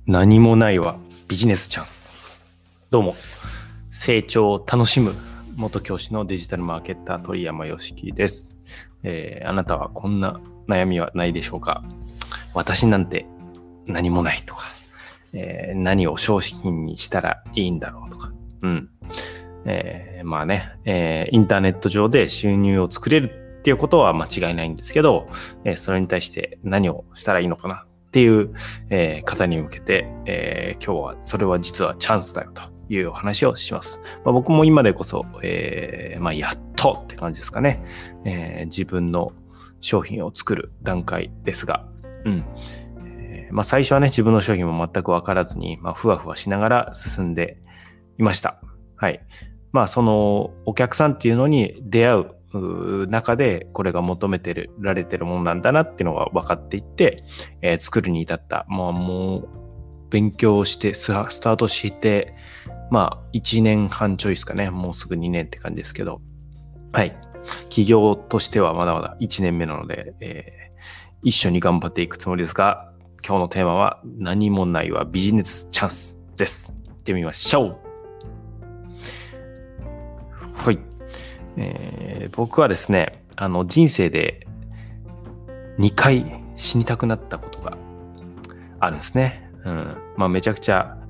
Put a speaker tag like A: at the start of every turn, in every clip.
A: 何もないはビジネスチャンス。どうも、成長を楽しむ元教師のデジタルマーケッター鳥山よしきです。あなたはこんな悩みはないでしょうか？私なんて何もないとか、何を商品にしたらいいんだろうとか、まあね、インターネット上で収入を作れるっていうことは間違いないんですけど、それに対して何をしたらいいのかなっていう、方に向けて、今日はそれは実はチャンスだよというお話をします。僕も今でこそ、やっとって感じですかね、自分の商品を作る段階ですが、最初はね、自分の商品も全く分からずに、ふわふわしながら進んでいました。はい。そのお客さんっていうのに出会う中でこれが求めてられてるものなんだなっていうのが分かっていって、作るに至った。もう勉強してスタートして1年半ちょいですかね。もうすぐ2年って感じですけど、はい。企業としてはまだまだ1年目なので、一緒に頑張っていくつもりですが、今日のテーマは何もないはビジネスチャンスです。行ってみましょう。はい。僕はですね、人生で2回死にたくなったことがあるんですね。めちゃくちゃ、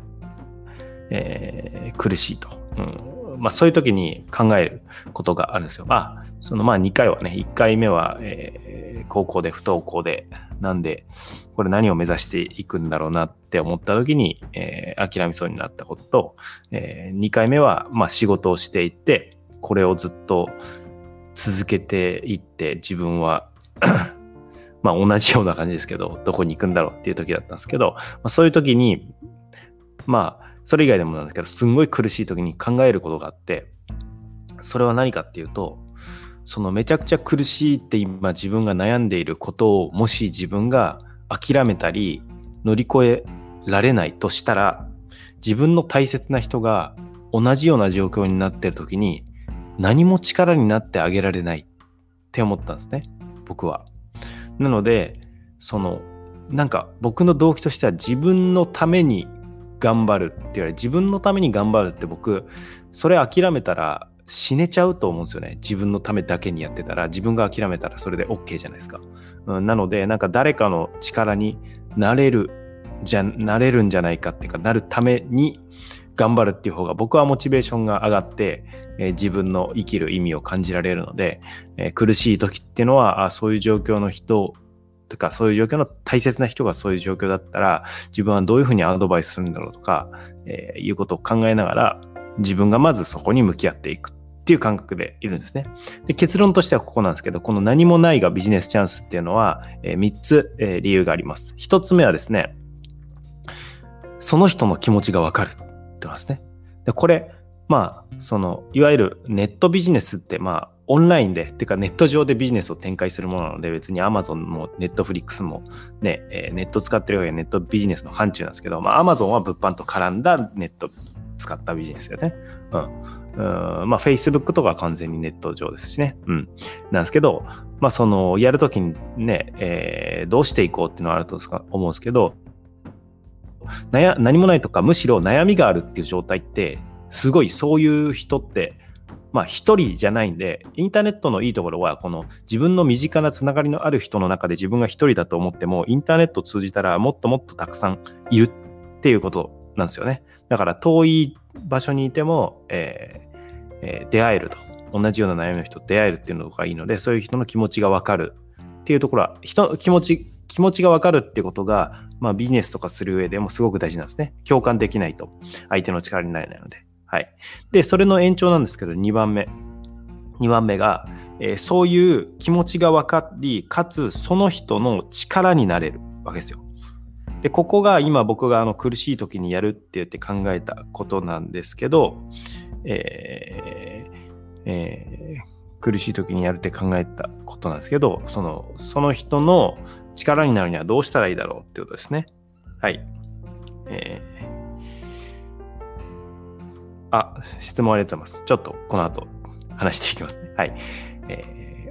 A: 苦しいと。そういう時に考えることがあるんですよ。その2回はね、1回目は、高校で不登校で、なんでこれ何を目指していくんだろうなって思った時に、諦めそうになったことと、2回目は仕事をしていってこれをずっと続けていって自分は同じような感じですけどどこに行くんだろうっていう時だったんですけど、そういう時にそれ以外でもなんですけどすんごい苦しい時に考えることがあって、それは何かっていうと、そのめちゃくちゃ苦しいって今自分が悩んでいることをもし自分が諦めたり乗り越えられないとしたら、自分の大切な人が同じような状況になっている時に何も力になってあげられないって思ったんですね、僕は。なので僕の動機としては自分のために頑張るって言われ、自分のために頑張るって僕それ諦めたら死ねちゃうと思うんですよね。自分のためだけにやってたら、自分が諦めたらそれで OK じゃないですか。なので誰かの力になれるんじゃないかっていうか、なるために頑張るっていう方が僕はモチベーションが上がって、自分の生きる意味を感じられるので、苦しい時っていうのはそういう状況の人とか、そういう状況の大切な人がそういう状況だったら自分はどういうふうにアドバイスするんだろうとか、いうことを考えながら自分がまずそこに向き合っていくっていう感覚でいるんですね。で、結論としてはここなんですけど、この何もないがビジネスチャンスっていうのは、3つ、理由があります。1つ目はですね、その人の気持ちがわかるって言いますね。で、これいわゆるネットビジネスってオンラインでっていうかネット上でビジネスを展開するものなので、別に Amazon も Netflix もね、ネット使ってるわけでネットビジネスの範疇なんですけど、Amazon は物販と絡んだネット使ったビジネスだよね。Facebook とかは完全にネット上ですしね。なんですけど、やるときにね、どうしていこうっていうのはあると思うんですけど、何もないとかむしろ悩みがあるっていう状態ってすごい、そういう人って一人じゃないんで、インターネットのいいところはこの自分の身近なつながりのある人の中で自分が一人だと思っても、インターネットを通じたらもっともっとたくさんいるっていうことなんですよね。だから遠い場所にいても、出会えると、同じような悩みの人と出会えるっていうのがいいので、そういう人の気持ちが分かるっていうところは、気持ちが分かるっていうことが、ビジネスとかする上でもすごく大事なんですね。共感できないと相手の力になれないので。はい。で、それの延長なんですけど、2番目が、そういう気持ちが分かり、かつその人の力になれるわけですよ。で、ここが今僕が苦しい時にやるって言って考えたことなんですけど、苦しい時にやるって考えたことなんですけど、その人の力になるにはどうしたらいいだろうってことですね。はい。質問ありがとうございます。ちょっとこの後話していきますね。はい。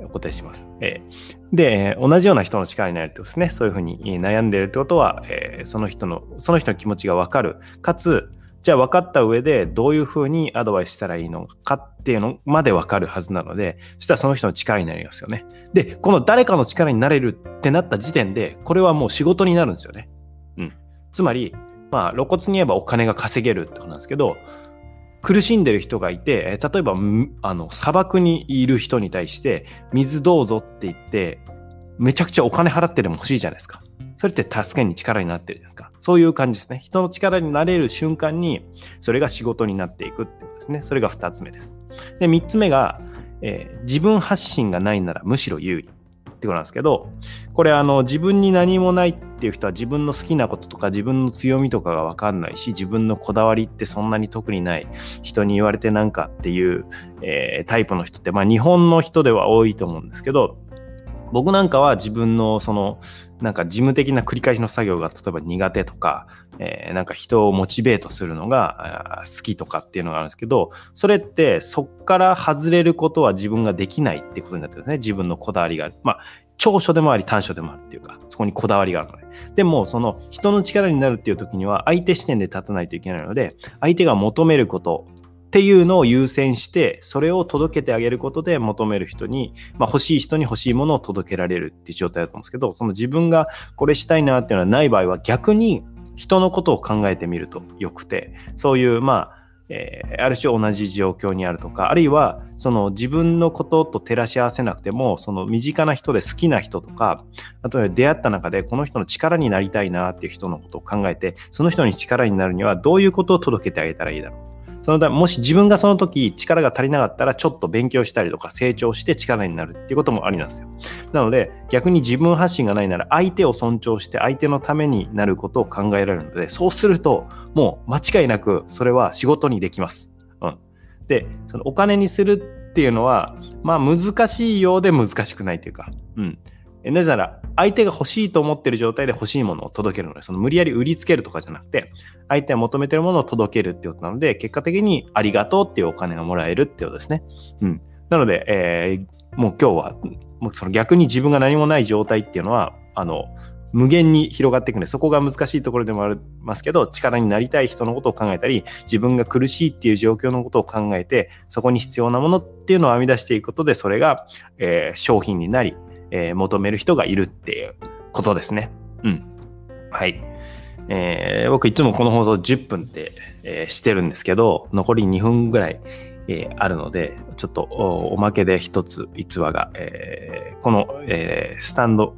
A: お答えします。で、同じような人の力になるってことですね。そういうふうに悩んでいるってことは、その人の気持ちが分かる。かつ、じゃあ分かった上でどういうふうにアドバイスしたらいいのかっていうのまで分かるはずなので、そしたらその人の力になりますよね。で、この誰かの力になれるってなった時点で、これはもう仕事になるんですよね。つまり、露骨に言えばお金が稼げるってことなんですけど、苦しんでる人がいて、例えば砂漠にいる人に対して水どうぞって言ってめちゃくちゃお金払ってでも欲しいじゃないですか。それって助けに力になってるじゃないですか。そういう感じですね。人の力になれる瞬間にそれが仕事になっていくってことですね。それが2つ目です。で、3つ目が、自分発信がないならむしろ有利ってことなんですけど、これ自分に何もないっていう人は自分の好きなこととか自分の強みとかが分かんないし、自分のこだわりってそんなに特にない、人に言われてなんかっていう、タイプの人って日本の人では多いと思うんですけど、僕なんかは自分のなんか事務的な繰り返しの作業が例えば苦手とか、なんか人をモチベートするのが好きとかっていうのがあるんですけど、それってそっから外れることは自分ができないってことになってるんですね。自分のこだわりがある。長所でもあり短所でもあるっていうか、そこにこだわりがあるので。でもその人の力になるっていう時には相手視点で立たないといけないので、相手が求めることっていうのを優先して、それを届けてあげることで求める人に、欲しい人に欲しいものを届けられるっていう状態だと思うんですけど、その自分がこれしたいなっていうのはない場合は逆に人のことを考えてみるとよくて、そういうある種同じ状況にあるとか、あるいはその自分のことと照らし合わせなくても、その身近な人で好きな人とか、あとは出会った中でこの人の力になりたいなっていう人のことを考えて、その人に力になるにはどういうことを届けてあげたらいいだろう。もし自分がその時力が足りなかったらちょっと勉強したりとか成長して力になるっていうこともありなんですよ。なので逆に自分発信がないなら相手を尊重して相手のためになることを考えられるので、そうするともう間違いなくそれは仕事にできます。で、そのお金にするっていうのは難しいようで難しくないというか、なぜなら相手が欲しいと思っている状態で欲しいものを届けるので、その無理やり売りつけるとかじゃなくて、相手が求めているものを届けるってことなので、結果的にありがとうっていうお金がもらえるってことですね。なので、もう今日はもうその逆に自分が何もない状態っていうのは無限に広がっていくので、そこが難しいところでもありますけど、力になりたい人のことを考えたり、自分が苦しいっていう状況のことを考えて、そこに必要なものっていうのを編み出していくことで、それが、商品になり、求める人がいるっていうことですね。はい。僕いつもこの放送10分で、してるんですけど、残り2分ぐらい、あるので、ちょっと おまけで一つ逸話が、この、スタンド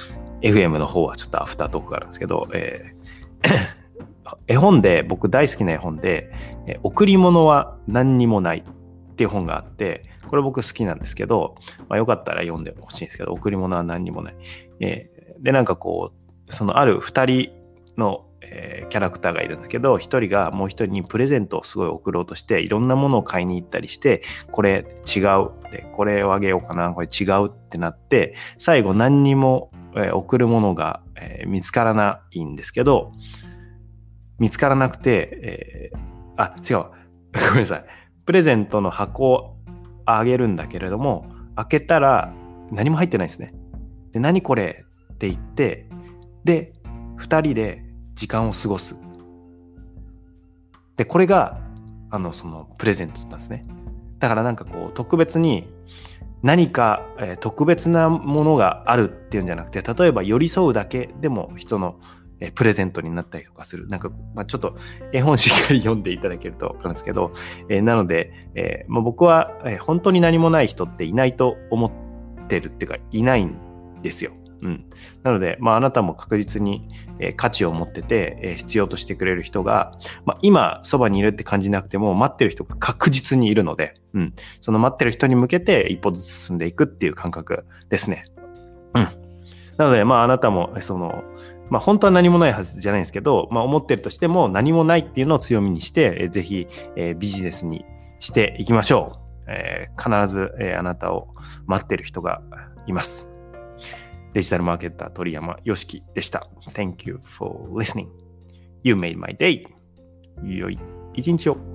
A: FM の方はちょっとアフタートークがあるんですけど、絵本で、僕大好きな絵本で、贈り物は何にもないっていう本があって、これ僕好きなんですけど、よかったら読んでほしいんですけど、贈り物は何にもない。で、なんかこう、そのある2人の、キャラクターがいるんですけど、1人がもう1人にプレゼントをすごい贈ろうとして、いろんなものを買いに行ったりして、これ違う。で、これをあげようかな。これ違うってなって、最後何にも、贈るものが、見つからないんですけど、見つからなくて、違う。ごめんなさい。プレゼントの箱をあげるんだけれども、開けたら何も入ってないですね。で、何これって言って、で、2人で時間を過ごす。で、これが、そのプレゼントだったんですね。だからなんかこう、特別に何か、特別なものがあるっていうんじゃなくて、例えば寄り添うだけでも人のプレゼントになったりとかする。なんか、ちょっと絵本しっかり読んでいただけると分かるんですけど、なので、僕は、本当に何もない人っていないと思ってるっていうか、いないんですよ。なので、あなたも確実に、価値を持ってて、必要としてくれる人が、今そばにいるって感じなくても待ってる人が確実にいるので、その待ってる人に向けて一歩ずつ進んでいくっていう感覚ですね。なので、あなたも本当は何もないはずじゃないんですけど、思ってるとしても何もないっていうのを強みにして、ぜひ、ビジネスにしていきましょう。必ず、あなたを待ってる人がいます。デジタルマーケッター鳥山よしきでした。Thank you for listening. You made my day. 良い一日を。